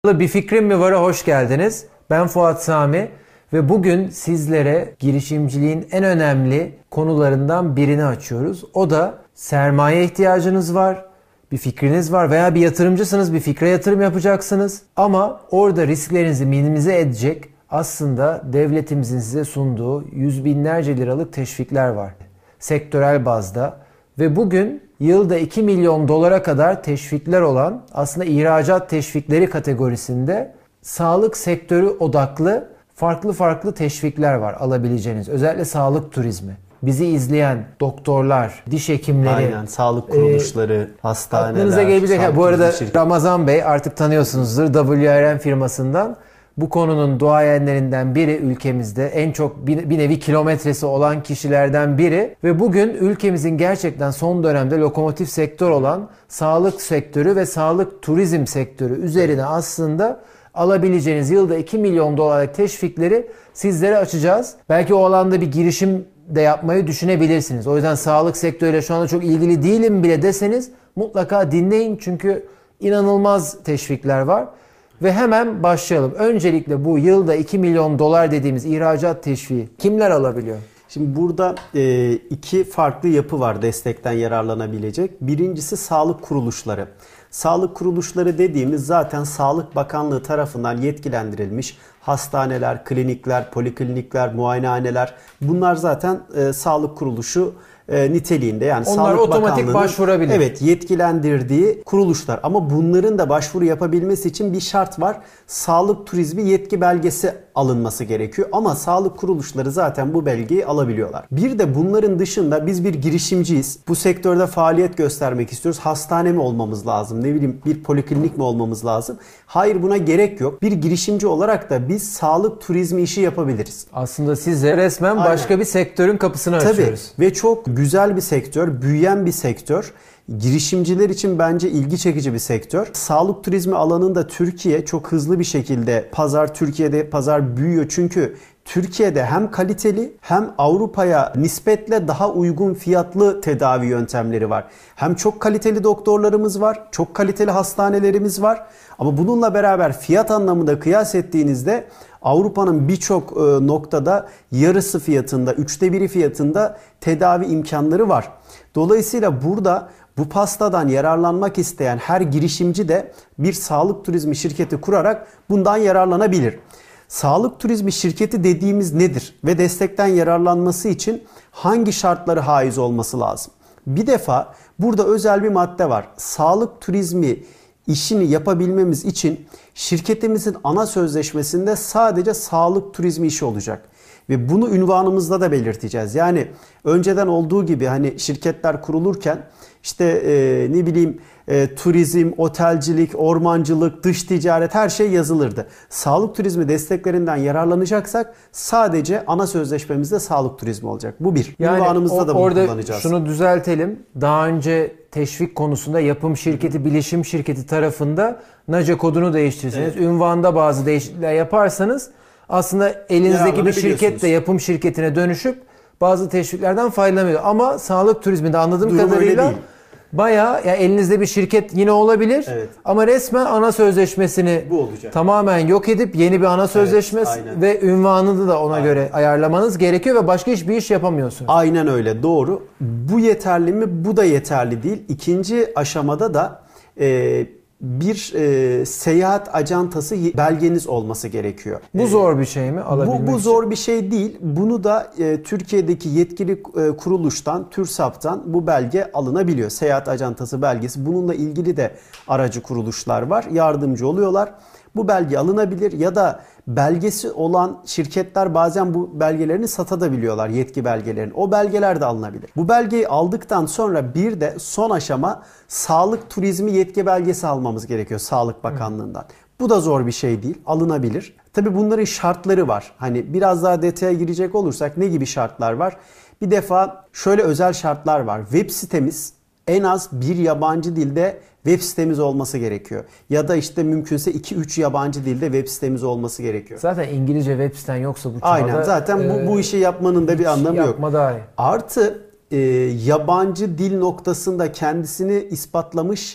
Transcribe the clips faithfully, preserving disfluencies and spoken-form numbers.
Bir Fikrim Mi Var'a hoş geldiniz. Ben Fuat Sami ve bugün sizlere girişimciliğin en önemli konularından birini açıyoruz. O da sermaye ihtiyacınız var, bir fikriniz var veya bir yatırımcısınız, bir fikre yatırım yapacaksınız. Ama orada risklerinizi minimize edecek aslında devletimizin size sunduğu yüz binlerce liralık teşvikler var. Sektörel bazda ve bugün yılda iki milyon dolara kadar teşvikler olan aslında ihracat teşvikleri kategorisinde sağlık sektörü odaklı farklı farklı teşvikler var alabileceğiniz. Özellikle sağlık turizmi. Bizi izleyen doktorlar, diş hekimleri, aynen, sağlık kuruluşları, e, hastaneler. Aklınıza gelebilecek. Bu arada Ramazan Bey artık tanıyorsunuzdur W R N firmasından. Bu konunun duayenlerinden biri ülkemizde, en çok bir, bir nevi kilometresi olan kişilerden biri ve bugün ülkemizin gerçekten son dönemde lokomotif sektör olan sağlık sektörü ve sağlık turizm sektörü üzerine aslında alabileceğiniz yılda iki milyon dolarlık teşvikleri sizlere açacağız. Belki o alanda bir girişim de yapmayı düşünebilirsiniz. O yüzden sağlık sektörüyle şu anda çok ilgili değilim bile deseniz mutlaka dinleyin çünkü inanılmaz teşvikler var. Ve hemen başlayalım. Öncelikle bu yılda iki milyon dolar dediğimiz ihracat teşviği kimler alabiliyor? Şimdi burada e, iki farklı yapı var destekten yararlanabilecek. Birincisi sağlık kuruluşları. Sağlık kuruluşları dediğimiz zaten Sağlık Bakanlığı tarafından yetkilendirilmiş hastaneler, klinikler, poliklinikler, muayenehaneler. Bunlar zaten e, sağlık kuruluşu e, niteliğinde. Yani onlar Sağlık otomatik başvurabilir. Evet, yetkilendirdiği kuruluşlar. Ama bunların da başvuru yapabilmesi için bir şart var. Sağlık turizmi yetki belgesi alınması gerekiyor. Ama sağlık kuruluşları zaten bu belgeyi alabiliyorlar. Bir de bunların dışında biz bir girişimciyiz. Bu sektörde faaliyet göstermek istiyoruz. Hastane mi olmamız lazım? Ne bileyim, bir poliklinik mi olmamız lazım? Hayır, buna gerek yok. Bir girişimci olarak da biz sağlık turizmi işi yapabiliriz. Aslında size resmen Aynen. başka bir sektörün kapısını Tabii. açıyoruz. Ve çok güzel bir sektör, büyüyen bir sektör. Girişimciler için bence ilgi çekici bir sektör. Sağlık turizmi alanında Türkiye çok hızlı bir şekilde pazar, Türkiye'de pazar büyüyor. Çünkü Türkiye'de hem kaliteli hem Avrupa'ya nispetle daha uygun fiyatlı tedavi yöntemleri var. Hem çok kaliteli doktorlarımız var, çok kaliteli hastanelerimiz var. Ama bununla beraber fiyat anlamında kıyas ettiğinizde Avrupa'nın birçok noktada yarısı fiyatında, üçte biri fiyatında tedavi imkanları var. Dolayısıyla burada bu pastadan yararlanmak isteyen her girişimci de bir sağlık turizmi şirketi kurarak bundan yararlanabilir. Sağlık turizmi şirketi dediğimiz nedir ve destekten yararlanması için hangi şartları haiz olması lazım? Bir defa burada özel bir madde var. Sağlık turizmi işini yapabilmemiz için şirketimizin ana sözleşmesinde sadece sağlık turizmi işi olacak. Ve bunu ünvanımızda da belirteceğiz. Yani önceden olduğu gibi hani şirketler kurulurken işte e, ne bileyim e, turizm, otelcilik, ormancılık, dış ticaret her şey yazılırdı. Sağlık turizmi desteklerinden yararlanacaksak sadece ana sözleşmemizde sağlık turizmi olacak. Bu bir. Yani ünvanımızda o, da bunu orada kullanacağız. Şunu düzeltelim. Daha önce teşvik konusunda yapım şirketi, bilişim şirketi tarafında NACE kodunu değiştirirseniz, evet, ünvanda bazı değişiklikler yaparsanız aslında elinizdeki bir şirket de yapım şirketine dönüşüp bazı teşviklerden faydalanıyor. Ama sağlık turizminde anladığım durum kadarıyla bayağı yani elinizde bir şirket yine olabilir, evet, ama resmen ana sözleşmesini tamamen yok edip yeni bir ana sözleşmesi, evet, ve ünvanını da ona aynen göre ayarlamanız gerekiyor ve başka hiçbir iş yapamıyorsunuz. Aynen öyle, doğru. Bu yeterli mi? Bu da yeterli değil. İkinci aşamada da e, bir e, seyahat acantası belgeniz olması gerekiyor. Bu zor bir şey mi alabilmek Bu, bu için? zor bir şey değil. Bunu da e, Türkiye'deki yetkili e, kuruluştan, TÜRSAP'tan bu belge alınabiliyor. Seyahat acantası belgesi. Bununla ilgili de aracı kuruluşlar var. Yardımcı oluyorlar. Bu belge alınabilir ya da belgesi olan şirketler bazen bu belgelerini satabiliyorlar, yetki belgelerini. O belgeler de alınabilir. Bu belgeyi aldıktan sonra bir de son aşama sağlık turizmi yetki belgesi almamız gerekiyor Sağlık Bakanlığı'ndan. Hmm. Bu da zor bir şey değil, alınabilir. Tabii bunların şartları var. Hani biraz daha detaya girecek olursak ne gibi şartlar var? Bir defa şöyle özel şartlar var. Web sitemiz en az bir yabancı dilde web sitemiz olması gerekiyor. Ya da işte mümkünse iki üç yabancı dilde web sitemiz olması gerekiyor. Zaten İngilizce web siten yoksa bu çağda... Aynen, zaten e, bu, bu işi yapmanın da bir anlamı yok. Daha iyi. Artı e, yabancı dil noktasında kendisini ispatlamış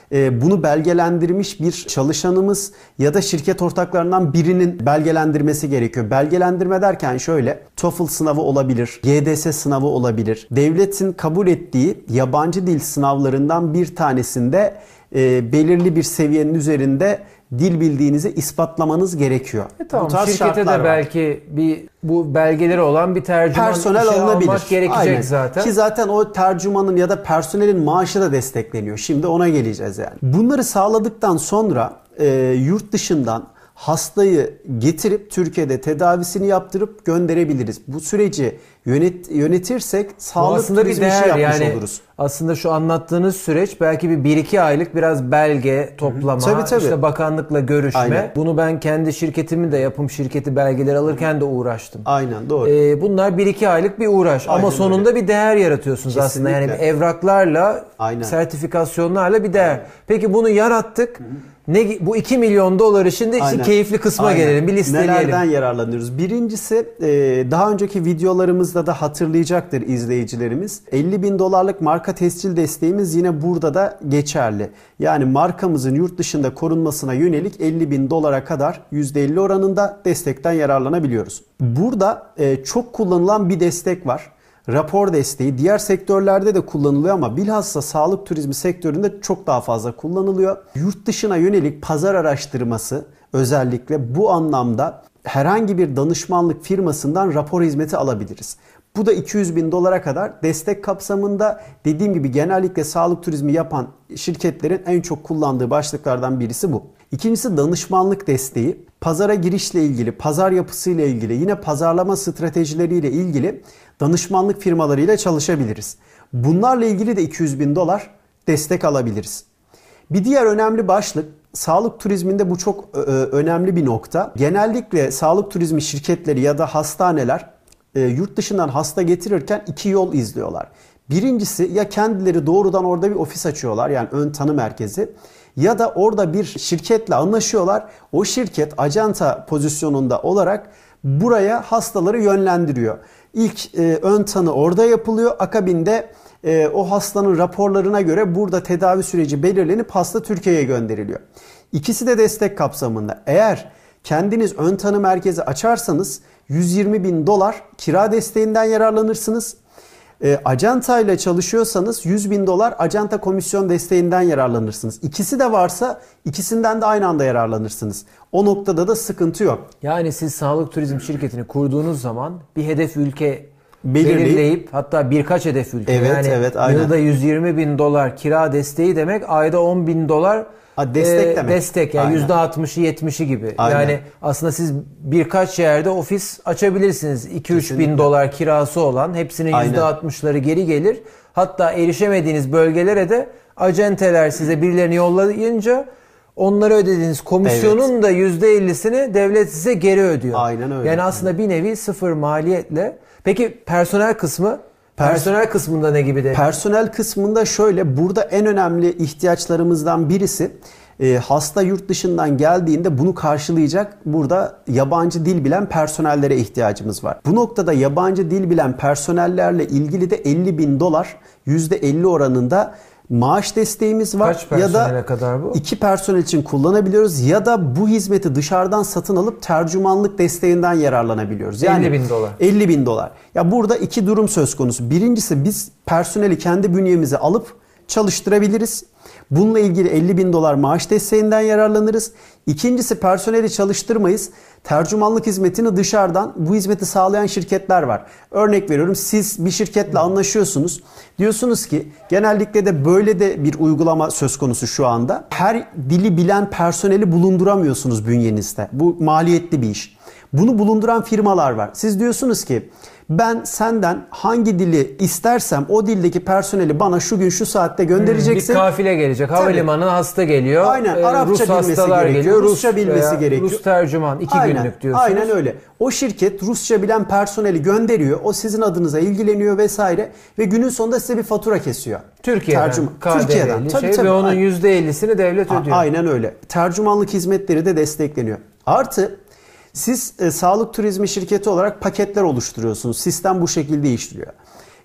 e, bunu belgelendirmiş bir çalışanımız ya da şirket ortaklarından birinin belgelendirmesi gerekiyor. Belgelendirme derken şöyle, TOEFL sınavı olabilir, G D S sınavı olabilir. Devletin kabul ettiği yabancı dil sınavlarından bir tanesinde e, belirli bir seviyenin üzerinde dil bildiğinizi ispatlamanız gerekiyor. E tamam, şirkete de belki var. bir bu belgeleri olan bir tercüman personel alınabilir. Almak gerekecek. Aynen. Zaten. Ki zaten o tercümanın ya da personelin maaşı da destekleniyor. Şimdi ona geleceğiz yani. Bunları sağladıktan sonra e, yurt dışından hastayı getirip Türkiye'de tedavisini yaptırıp gönderebiliriz. Bu süreci yönet, yönetirsek sağlık turizmi işi yapmış yani, oluruz. Aslında şu anlattığınız süreç belki bir bir iki aylık biraz belge toplama, tabii, tabii. işte bakanlıkla görüşme. Aynen. Bunu ben kendi şirketimin de yapım şirketi belgeleri alırken de uğraştım. Aynen, doğru. Ee, bunlar bir iki aylık bir uğraş. Aynen, ama sonunda öyle. Bir değer yaratıyorsunuz. Kesinlikle. Aslında. Yani evraklarla, aynen. sertifikasyonlarla bir değer. Aynen. Peki bunu yarattık. Hı hı. Ne, bu iki milyon doları şimdi işte keyifli kısma Aynen. gelelim. Bir listeleyelim. Nelerden yararlanıyoruz? Birincisi daha önceki videolarımızda da hatırlayacaktır izleyicilerimiz. elli bin dolarlık marka tescil desteğimiz yine burada da geçerli. Yani markamızın yurt dışında korunmasına yönelik elli bin dolara kadar yüzde elli oranında destekten yararlanabiliyoruz. Burada çok kullanılan bir destek var. Rapor desteği diğer sektörlerde de kullanılıyor ama bilhassa sağlık turizmi sektöründe çok daha fazla kullanılıyor. Yurt dışına yönelik pazar araştırması özellikle bu anlamda herhangi bir danışmanlık firmasından rapor hizmeti alabiliriz. Bu da iki yüz bin dolara kadar destek kapsamında, dediğim gibi genellikle sağlık turizmi yapan şirketlerin en çok kullandığı başlıklardan birisi bu. İkincisi danışmanlık desteği. Pazara girişle ilgili, pazar yapısıyla ilgili, yine pazarlama stratejileriyle ilgili danışmanlık firmalarıyla çalışabiliriz. Bunlarla ilgili de iki yüz bin dolar destek alabiliriz. Bir diğer önemli başlık, sağlık turizminde bu çok önemli bir nokta. Genellikle sağlık turizmi şirketleri ya da hastaneler yurt dışından hasta getirirken iki yol izliyorlar. Birincisi, ya kendileri doğrudan orada bir ofis açıyorlar, yani ön tanı merkezi, ya da orada bir şirketle anlaşıyorlar. O şirket acenta pozisyonunda olarak buraya hastaları yönlendiriyor. İlk e, ön tanı orada yapılıyor. Akabinde e, o hastanın raporlarına göre burada tedavi süreci belirlenip hasta Türkiye'ye gönderiliyor. İkisi de destek kapsamında. Eğer kendiniz ön tanı merkezi açarsanız yüz yirmi bin dolar kira desteğinden yararlanırsınız. E, acenta ile çalışıyorsanız yüz bin dolar acenta komisyon desteğinden yararlanırsınız. İkisi de varsa ikisinden de aynı anda yararlanırsınız. O noktada da sıkıntı yok. Yani siz sağlık turizm şirketini kurduğunuz zaman bir hedef ülke belirleyip, belirleyip hatta birkaç hedef ülke. Evet, yani evet, aynen. Yılda yüz yirmi bin dolar kira desteği demek, ayda on bin dolar Ha, destek demek. Destek yani yüzde altmışı yetmişi gibi. Aynen. Yani aslında siz birkaç yerde ofis açabilirsiniz. iki üç bin dolar kirası olan, hepsinin yüzde altmışları geri gelir. Hatta erişemediğiniz bölgelere de acenteler size birilerini yollayınca onlara ödediğiniz komisyonun evet. da yüzde ellisini devlet size geri ödüyor. Aynen öyle. Yani aslında Aynen. bir nevi sıfır maliyetle. Peki personel kısmı? Personel kısmında ne gibi de? Personel kısmında şöyle, burada en önemli ihtiyaçlarımızdan birisi e, hasta yurt dışından geldiğinde bunu karşılayacak burada yabancı dil bilen personellere ihtiyacımız var. Bu noktada yabancı dil bilen personellerle ilgili de elli bin dolar yüzde elli oranında maaş desteğimiz var. Kaç personele ya da kadar bu? iki personel için kullanabiliyoruz ya da bu hizmeti dışarıdan satın alıp tercümanlık desteğinden yararlanabiliyoruz. Yani elli bin dolar. elli bin dolar. Ya burada iki durum söz konusu. Birincisi, biz personeli kendi bünyemize alıp çalıştırabiliriz. Bununla ilgili elli bin dolar maaş desteğinden yararlanırız. İkincisi, personeli çalıştırmayız. Tercümanlık hizmetini dışarıdan bu hizmeti sağlayan şirketler var. Örnek veriyorum, siz bir şirketle anlaşıyorsunuz. Diyorsunuz ki, genellikle de böyle de bir uygulama söz konusu şu anda. Her dili bilen personeli bulunduramıyorsunuz bünyenizde. Bu maliyetli bir iş. Bunu bulunduran firmalar var. Siz diyorsunuz ki, ben senden hangi dili istersem o dildeki personeli bana şu gün şu saatte göndereceksin. Bir kafile gelecek. Havalimanına hasta geliyor. Aynen. Arapça Rus bilmesi hastalar gerekiyor. geliyor. Rusça bilmesi gerekiyor. Rus tercüman iki Aynen. günlük diyorsunuz. Aynen öyle. O şirket Rusça bilen personeli gönderiyor. O sizin adınıza ilgileniyor vesaire ve günün sonunda size bir fatura kesiyor. Türkiye'den. Tercüman. Türkiye'den. Tabii, şey, tabii. Ve onun yüzde ellisini devlet ödüyor. Aynen öyle. Tercümanlık hizmetleri de destekleniyor. Artı siz e, sağlık turizmi şirketi olarak paketler oluşturuyorsunuz. Sistem bu şekilde işliyor.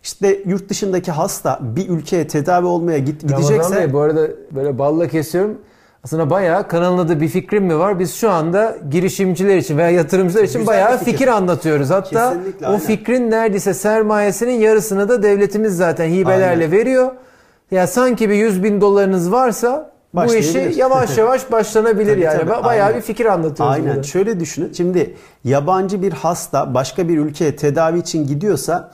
İşte yurt dışındaki hasta bir ülkeye tedavi olmaya git, gidecekse... Ramazan Bey, bu arada böyle balla kesiyorum. Aslında bayağı kanalın adı Bir Fikrim Mi Var? Biz şu anda girişimciler için veya yatırımcılar için Güzel bayağı fikir. fikir anlatıyoruz. Hatta Kesinlikle, o aynen. fikrin neredeyse sermayesinin yarısını da devletimiz zaten hibelerle Aynen. veriyor. Ya sanki bir yüz bin dolarınız varsa bu işi yavaş yavaş başlanabilir yani. Tabii, bayağı aynen. bir fikir anlatıyoruz. Aynen. Burada. Şöyle düşünün. Şimdi yabancı bir hasta başka bir ülkeye tedavi için gidiyorsa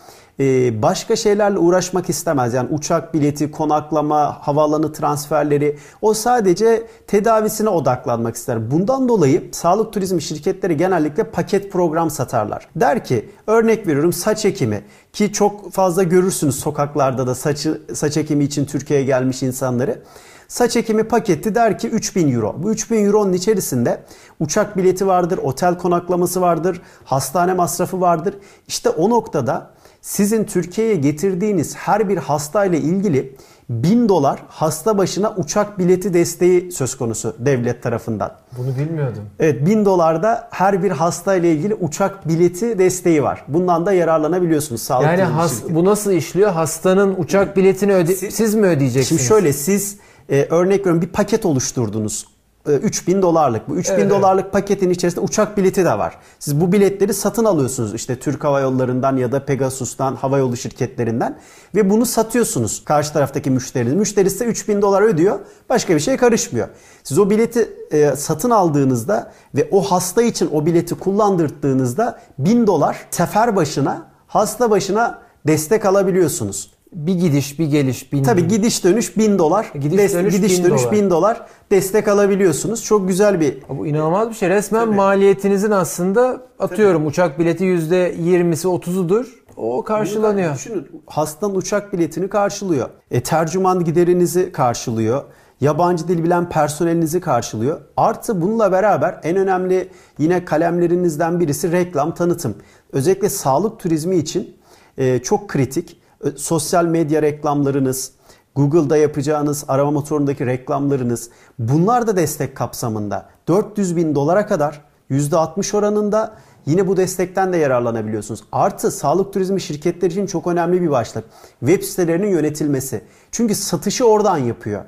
başka şeylerle uğraşmak istemez. Yani uçak bileti, konaklama, havaalanı transferleri, o sadece tedavisine odaklanmak ister. Bundan dolayı sağlık turizmi şirketleri genellikle paket program satarlar. Der ki, örnek veriyorum, saç ekimi, ki çok fazla görürsünüz sokaklarda da saçı, saç ekimi için Türkiye'ye gelmiş insanları. Saç ekimi paketi der ki üç bin euro. Bu üç bin euronun içerisinde uçak bileti vardır, otel konaklaması vardır, hastane masrafı vardır. İşte o noktada sizin Türkiye'ye getirdiğiniz her bir hastayla ilgili bin dolar hasta başına uçak bileti desteği söz konusu devlet tarafından. Bunu bilmiyordum. Evet, bin dolarda her bir hastayla ilgili uçak bileti desteği var. Bundan da yararlanabiliyorsunuz. Sağlık yani has, bu nasıl işliyor? Hastanın uçak biletini öde siz, siz mi ödeyeceksiniz? Şimdi şöyle, siz e, örnek veriyorum bir paket oluşturdunuz. üç bin dolarlık. Bu üç bin evet, dolarlık evet. paketin içerisinde uçak bileti de var. Siz bu biletleri satın alıyorsunuz işte Türk Hava Yolları'ndan ya da Pegasus'tan, havayolu şirketlerinden ve bunu satıyorsunuz karşı taraftaki müşteriniz. Müşterisi de üç bin dolar ödüyor. Başka bir şey karışmıyor. Siz o bileti e, satın aldığınızda ve o hasta için o bileti kullandırdığınızda bin dolar sefer başına, hasta başına destek alabiliyorsunuz. Bir gidiş bir geliş bin. Tabii gidiş dönüş bin dolar. Gidiş Des- dönüş, gidiş bin, dönüş dolar. bin dolar destek alabiliyorsunuz. Çok güzel bir... Bu inanılmaz bir şey. Resmen Tabii. maliyetinizin aslında atıyorum Tabii. uçak bileti yüzde yirmisi otuzudur. O karşılanıyor. Düşünün, hastanın uçak biletini karşılıyor. E, tercüman giderinizi karşılıyor. Yabancı dil bilen personelinizi karşılıyor. Artı bununla beraber en önemli yine kalemlerinizden birisi reklam, tanıtım. Özellikle sağlık turizmi için e, çok kritik. Sosyal medya reklamlarınız, Google'da yapacağınız arama motorundaki reklamlarınız, bunlar da destek kapsamında. dört yüz bin dolara kadar yüzde altmış oranında yine bu destekten de yararlanabiliyorsunuz. Artı sağlık turizmi şirketleri için çok önemli bir başlık. Web sitelerinin yönetilmesi. Çünkü satışı oradan yapıyor.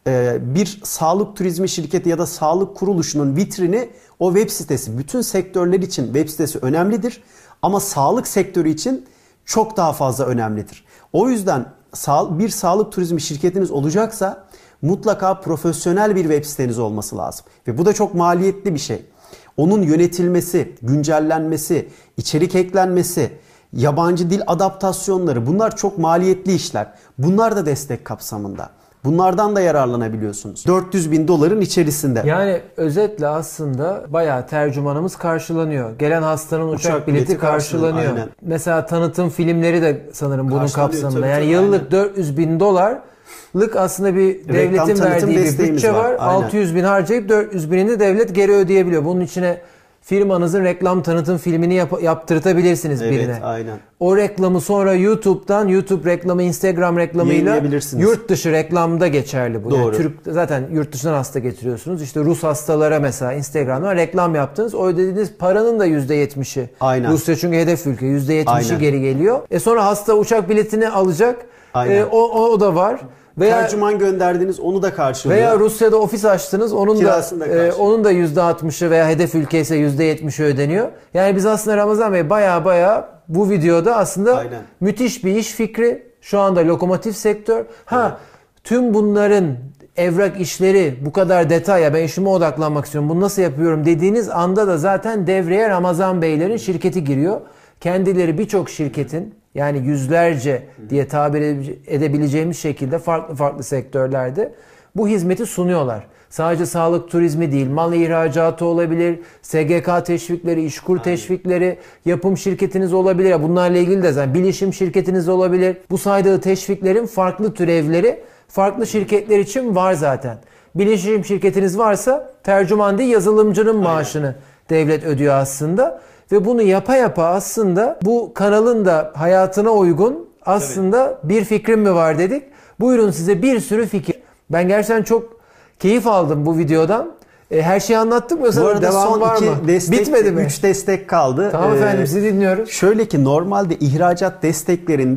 Bir sağlık turizmi şirketi ya da sağlık kuruluşunun vitrini o web sitesi. Bütün sektörler için web sitesi önemlidir. Ama sağlık sektörü için çok daha fazla önemlidir. O yüzden bir sağlık turizmi şirketiniz olacaksa mutlaka profesyonel bir web siteniz olması lazım. Ve bu da çok maliyetli bir şey. Onun yönetilmesi, güncellenmesi, içerik eklenmesi, yabancı dil adaptasyonları, bunlar çok maliyetli işler. Bunlar da destek kapsamında. Bunlardan da yararlanabiliyorsunuz. dört yüz bin doların içerisinde. Yani özetle aslında bayağı tercümanımız karşılanıyor. Gelen hastanın uçak, uçak bileti, bileti karşılanıyor. Aynen. Mesela tanıtım filmleri de sanırım bunun kapsamında. Tabii, yani tabii, yıllık aynen. dört yüz bin dolarlık aslında bir devletin reklam, verdiği bir bütçe var. var. altı yüz bin harcayıp dört yüz binini devlet geri ödeyebiliyor. Bunun içine firmanızın reklam tanıtım filmini yap- yaptırtabilirsiniz evet, birine. Aynen. O reklamı sonra YouTube'dan, YouTube reklamı, Instagram reklamıyla yurt dışı reklamda geçerli bu. Doğru. Yani Türk zaten yurt dışından hasta getiriyorsunuz. İşte Rus hastalara mesela Instagram'dan reklam yaptınız. O ödediğiniz paranın da yüzde yetmişi. Aynen. Rusya çünkü hedef ülke. yüzde yetmişi Aynen. geri geliyor. E sonra hasta uçak biletini alacak. E, o, o, o da var. Veya, tercüman gönderdiniz, onu da karşılıyor. Veya Rusya'da ofis açtınız, onun Kirasını da, da e, onun da yüzde altmışı veya hedef ülke ise yüzde yetmişi ödeniyor. Yani biz aslında Ramazan Bey baya baya bu videoda aslında Aynen. müthiş bir iş fikri. Şu anda lokomotif sektör. Ha evet. Tüm bunların evrak işleri bu kadar detay, ya ben işime odaklanmak istiyorum, bunu nasıl yapıyorum dediğiniz anda da zaten devreye Ramazan Beylerin şirketi giriyor. Kendileri birçok şirketin, yani yüzlerce diye tabir edebileceğimiz şekilde farklı farklı sektörlerde bu hizmeti sunuyorlar. Sadece sağlık turizmi değil, mal ihracatı olabilir, S G K teşvikleri, işkur teşvikleri, yapım şirketiniz olabilir. Bunlarla ilgili de zaten bilişim şirketiniz olabilir. Bu saydığı teşviklerin farklı türevleri farklı şirketler için var zaten. Bilişim şirketiniz varsa tercüman değil, yazılımcının maaşını Aynen. devlet ödüyor aslında. Ve bunu yapa yapa aslında bu kanalın da hayatına uygun aslında Tabii. bir fikrim mi var dedik. Buyurun size bir sürü fikir. Ben gerçekten çok keyif aldım bu videodan. E, her şeyi anlattık mı? Bu arada devam son var iki mı? destek, Bitmedi mi? üç destek kaldı. Tamam efendim, ee, sizi dinliyorum. Şöyle ki normalde ihracat desteklerinde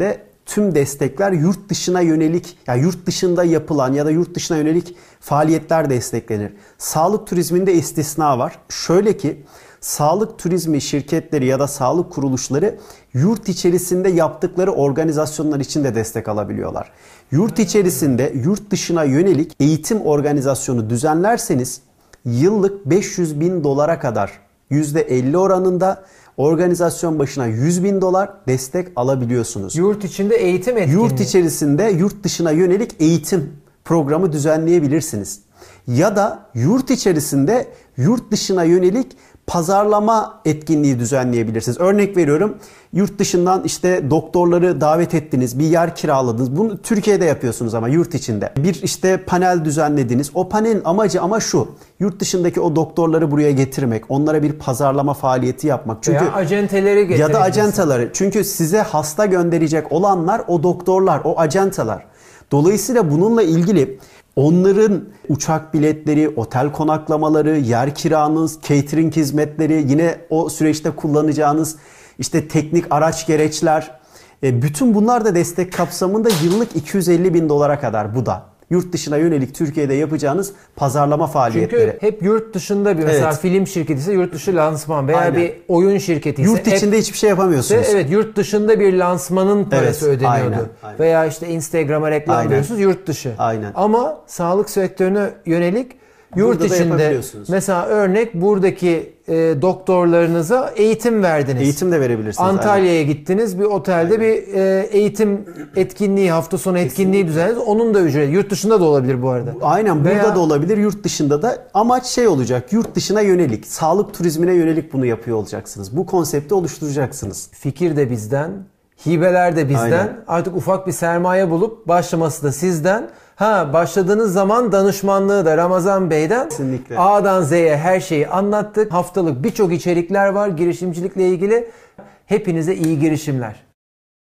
tüm destekler yurt dışına yönelik, yani yurt dışında yapılan ya da yurt dışına yönelik faaliyetler desteklenir. Sağlık turizminde istisna var. Şöyle ki, sağlık turizmi şirketleri ya da sağlık kuruluşları yurt içerisinde yaptıkları organizasyonlar için de destek alabiliyorlar. Yurt içerisinde yurt dışına yönelik eğitim organizasyonu düzenlerseniz yıllık beş yüz bin dolara kadar yüzde elli oranında organizasyon başına yüz bin dolar destek alabiliyorsunuz. Yurt içinde eğitim etkinliği. Yurt içerisinde yurt dışına yönelik eğitim programı düzenleyebilirsiniz. Ya da yurt içerisinde yurt dışına yönelik pazarlama etkinliği düzenleyebilirsiniz. Örnek veriyorum, yurt dışından işte doktorları davet ettiniz, bir yer kiraladınız. Bunu Türkiye'de yapıyorsunuz ama yurt içinde. Bir işte panel düzenlediniz. O panelin amacı ama şu: yurt dışındaki o doktorları buraya getirmek, onlara bir pazarlama faaliyeti yapmak. Çünkü veya acenteleri getirebilirsin. Ya da acentaları. Çünkü size hasta gönderecek olanlar o doktorlar, o acentalar. Dolayısıyla bununla ilgili onların uçak biletleri, otel konaklamaları, yer kiranız, catering hizmetleri, yine o süreçte kullanacağınız işte teknik araç gereçler, bütün bunlar da destek kapsamında yıllık iki yüz elli bin dolara kadar, bu da yurt dışına yönelik Türkiye'de yapacağınız pazarlama faaliyetleri. Çünkü hep yurt dışında bir mesela Evet. film şirketi ise yurt dışı lansman veya Aynen. bir oyun şirketi ise Yurt içinde hep, hiçbir şey yapamıyorsunuz. evet, yurt dışında bir lansmanın parası Evet, ödeniyordu. aynen, aynen. Veya işte Instagram'a reklam Aynen. veriyorsunuz, yurt dışı. Aynen. Ama sağlık sektörüne yönelik yurt Burada da içinde yapabiliyorsunuz. mesela örnek buradaki e, doktorlarınıza eğitim verdiniz. Eğitim de verebilirsiniz. Antalya'ya gittiniz, bir otelde Aynen. bir e, eğitim etkinliği, hafta sonu etkinliği düzenlediniz. Onun da ücreti. Yurt dışında da olabilir bu arada. Aynen, burada Veya- da olabilir, yurt dışında da. Amaç şey olacak: yurt dışına yönelik, sağlık turizmine yönelik bunu yapıyor olacaksınız. Bu konsepti oluşturacaksınız. Fikir de bizden, hibeler de bizden. Aynen. Artık ufak bir sermaye bulup başlaması da sizden. Ha, başladığınız zaman danışmanlığı da Ramazan Bey'den. Kesinlikle. A'dan Z'ye her şeyi anlattık. Haftalık birçok içerikler var girişimcilikle ilgili. Hepinize iyi girişimler.